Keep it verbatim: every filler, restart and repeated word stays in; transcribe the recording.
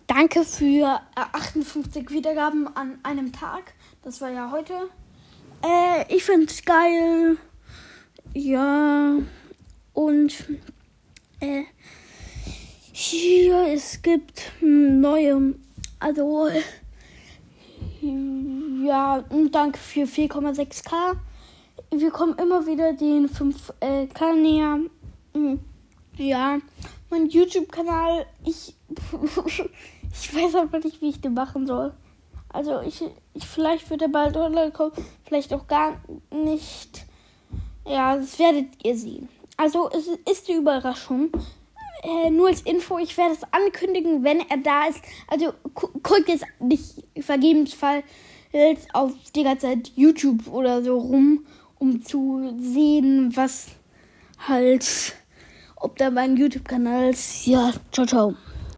danke für äh, achtundfünfzig Wiedergaben an einem Tag. Das war ja heute. Äh, ich find's geil. Ja. Und äh, hier, es gibt neue, also ja, und danke für vier Komma sechs K. Wir kommen immer wieder den fünf K näher. Ja, mein YouTube-Kanal, ich ich weiß einfach nicht, wie ich den machen soll. Also ich, ich vielleicht wird er bald online kommen, vielleicht auch gar nicht. Ja, das werdet ihr sehen. Also es ist die Überraschung. Äh, nur als Info, ich werde es ankündigen, wenn er da ist. Also gu- guckt jetzt nicht vergebens Fall jetzt auf die ganze Zeit YouTube oder so rum, um zu sehen, was halt, ob da mein YouTube-Kanal ist. Ja, ciao, ciao.